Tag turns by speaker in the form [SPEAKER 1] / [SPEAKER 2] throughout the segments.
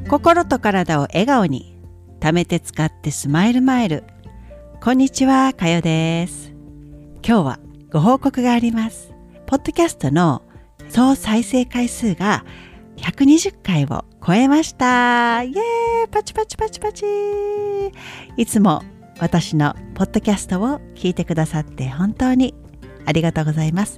[SPEAKER 1] 心と体を笑顔に、貯めて使ってスマイルマイル。こんにちは、かよです。今日はご報告があります。ポッドキャストの総再生回数が120回を超えました。イエーイ、パチパチパチパチ。いつも私のポッドキャストを聞いてくださって本当にありがとうございます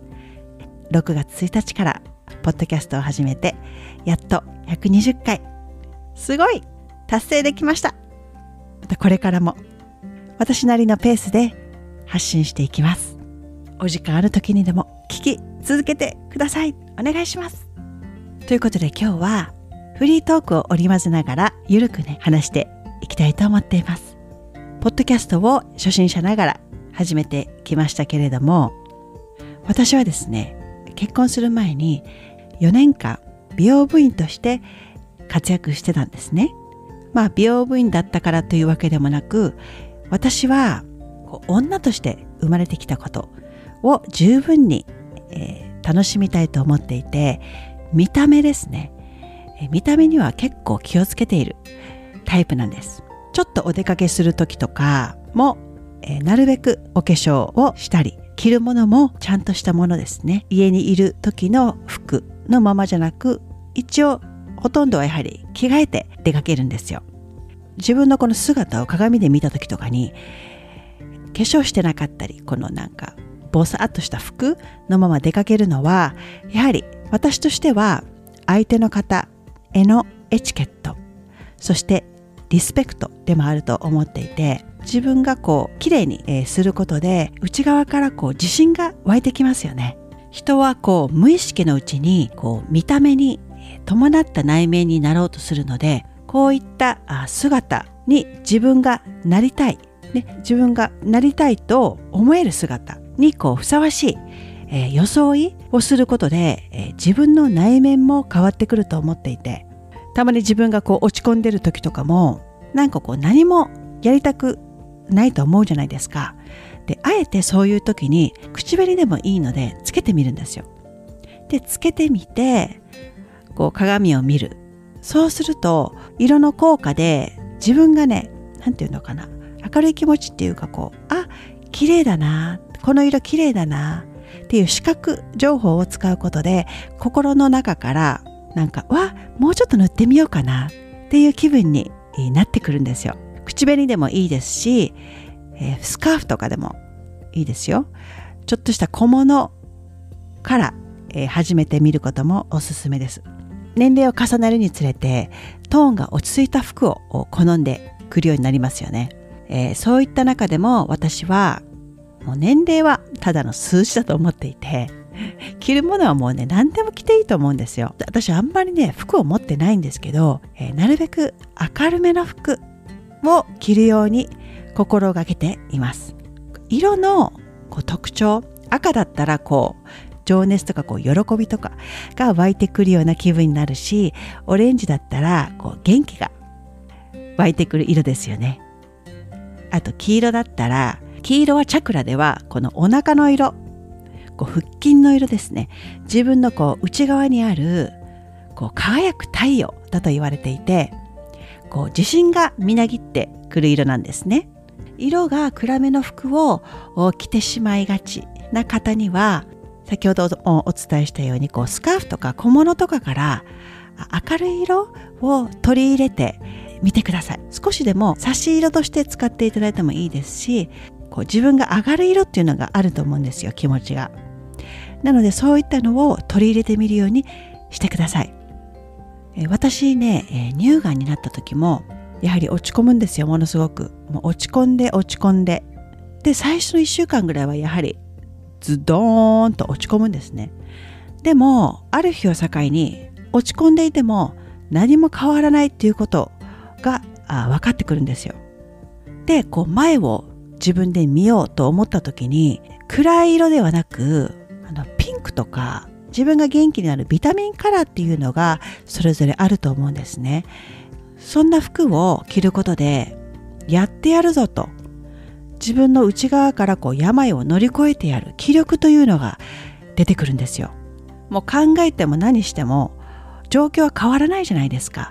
[SPEAKER 1] 。6月1日からポッドキャストを始めて、やっと120回。すごい達成できました。またこれからも私なりのペースで発信していきます。お時間ある時にでも聞き続けてください。お願いします。ということで今日はフリートークを織り交ぜながらゆるく話していきたいと思っています。ポッドキャストを初心者ながら始めてきましたけれども、私はですね、結婚する前に4年間美容部員として活躍してたんですね。美容部員だったからというわけでもなく、私は女として生まれてきたことを十分に、楽しみたいと思っていて、見た目ですね。見た目には結構気をつけているタイプなんです。ちょっとお出かけする時とかも、なるべくお化粧をしたり、着るものもちゃんとしたものですね。家にいる時の服のままじゃなく、一応ほとんどはやはり着替えて出かけるんですよ。自分のこの姿を鏡で見た時とかに、化粧してなかったり、このボサっとした服のまま出かけるのは、やはり私としては相手の方へのエチケット、そしてリスペクトでもあると思っていて、自分が綺麗にすることで内側から自信が湧いてきますよね。人は無意識のうちに見た目に伴った内面になろうとするので、こういった姿に自分がなりたい、自分がなりたいと思える姿にふさわしい、装いをすることで、自分の内面も変わってくると思っていて、たまに自分が落ち込んでる時とかも何もやりたくないと思うじゃないですか。で、あえてそういう時に口紅でもいいのでつけてみるんですよ。で、つけてみて鏡を見る。そうすると色の効果で自分がなんていうのかな、明るい気持ちっていうか綺麗だな、この色綺麗だなっていう視覚情報を使うことで、心の中からもうちょっと塗ってみようかなっていう気分になってくるんですよ。口紅でもいいですし、スカーフとかでもいいですよ。ちょっとした小物から、始めてみることもおすすめです。年齢を重ねるにつれてトーンが落ち着いた服を好んでくるようになりますよね。そういった中でも私はもう年齢はただの数字だと思っていて、着るものはもう何でも着ていいと思うんですよ。私あんまり服を持ってないんですけど、なるべく明るめの服を着るように心がけています。色の特徴、赤だったら情熱とか喜びとかが湧いてくるような気分になるし、オレンジだったら元気が湧いてくる色ですよね。あと黄色だったら、黄色はチャクラではこのお腹の色、腹筋の色ですね。自分の内側にある輝く太陽だと言われていて、自信がみなぎってくる色なんですね。色が暗めの服を着てしまいがちな方には、先ほどお伝えしたようにスカーフとか小物とかから明るい色を取り入れてみてください。少しでも差し色として使っていただいてもいいですし、自分が上がる色っていうのがあると思うんですよ、気持ちが。なのでそういったのを取り入れてみるようにしてください。私乳がんになった時もやはり落ち込むんですよ、ものすごく。もう落ち込んでで、最初の1週間ぐらいはやはりズドーンと落ち込むんですね。でもある日を境に落ち込んでいても何も変わらないっていうことが分かってくるんですよ。で、前を自分で見ようと思った時に、暗い色ではなくピンクとか自分が元気になるビタミンカラーっていうのがそれぞれあると思うんですね。そんな服を着ることで、やってやるぞと、自分の内側から病を乗り越えてやる気力というのが出てくるんですよ。もう考えても何しても状況は変わらないじゃないですか。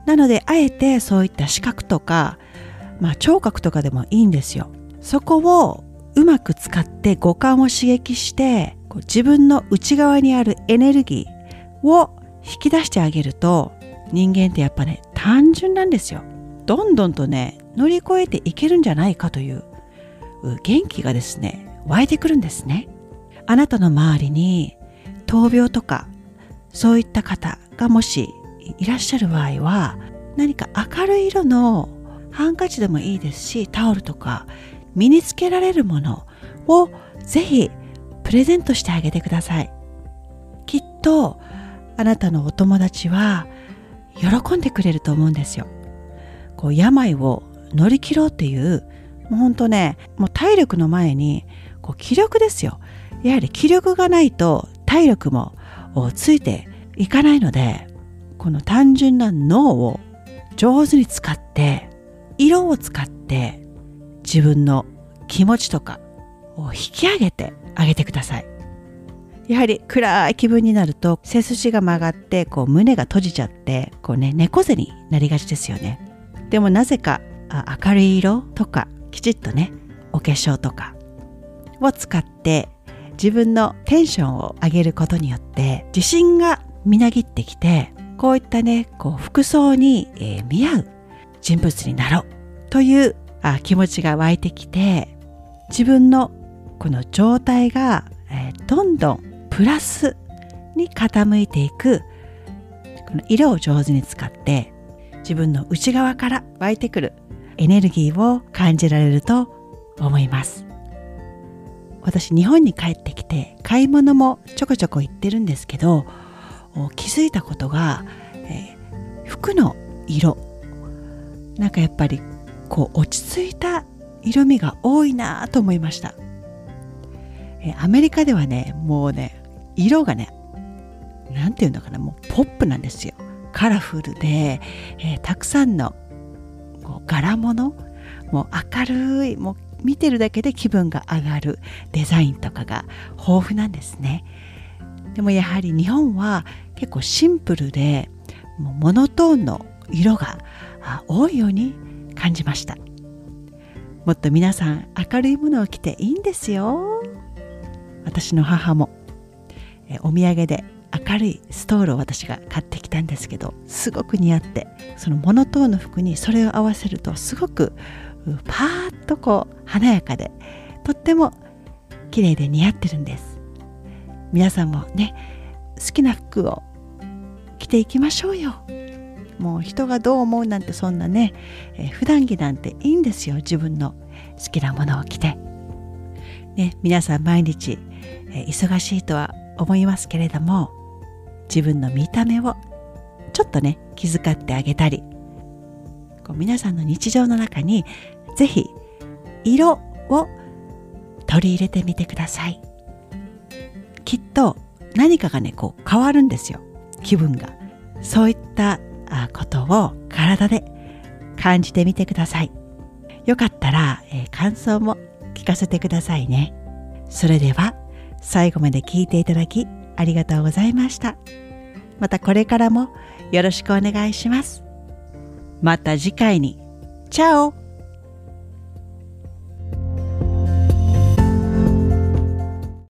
[SPEAKER 1] なのであえてそういった視覚とか、聴覚とかでもいいんですよ。そこをうまく使って五感を刺激して自分の内側にあるエネルギーを引き出してあげると、人間ってやっぱね単純なんですよ。どんどんとね乗り越えていけるんじゃないかという元気がですね湧いてくるんですね。あなたの周りに闘病とかそういった方がもしいらっしゃる場合は、何か明るい色のハンカチでもいいですし、タオルとか身につけられるものをぜひプレゼントしてあげてください。きっとあなたのお友達は喜んでくれると思うんですよ。病を乗り切ろうっていう、もうほんとね、もう体力の前に気力ですよ。やはり気力がないと体力もついていかないので、この単純な脳を上手に使って、色を使って自分の気持ちとかを引き上げてあげてください。やはり暗い気分になると背筋が曲がって胸が閉じちゃって猫背になりがちですよね。でもなぜか明るい色とかきちっとねお化粧とかを使って自分のテンションを上げることによって自信がみなぎってきて、こういったね服装に見合う人物になろうという気持ちが湧いてきて、自分のこの状態がどんどんプラスに傾いていく、この色を上手に使って自分の内側から湧いてくるエネルギーを感じられると思います。私日本に帰ってきて買い物もちょこちょこ行ってるんですけど、気づいたことが、服の色なんかやっぱり落ち着いた色味が多いなと思いました。アメリカではねもうね色がねなんていうのかな、もうポップなんですよ。カラフルで、たくさんの柄物、もう明るい、もう見てるだけで気分が上がるデザインとかが豊富なんですね。でもやはり日本は結構シンプルでもうモノトーンの色が多いように感じました。もっと皆さん明るいものを着ていいんですよ。私の母もお土産で明るいストールを私が買ってきたんですけど、すごく似合って、そのモノトーンの服にそれを合わせるとすごくパーッと華やかでとっても綺麗で似合ってるんです。皆さんもね好きな服を着ていきましょうよ。もう人がどう思うなんてそんなね、普段着なんていいんですよ。自分の好きなものを着て、ね、皆さん毎日、忙しいとは思いますけれども、自分の見た目をちょっとね気遣ってあげたり、皆さんの日常の中にぜひ色を取り入れてみてください。きっと何かがね変わるんですよ、気分が。そういったことを体で感じてみてください。よかったら、感想も聞かせてくださいね。それでは最後まで聞いていただきありがとうございました。またこれからもよろしくお願いします。また次回に。チャオ。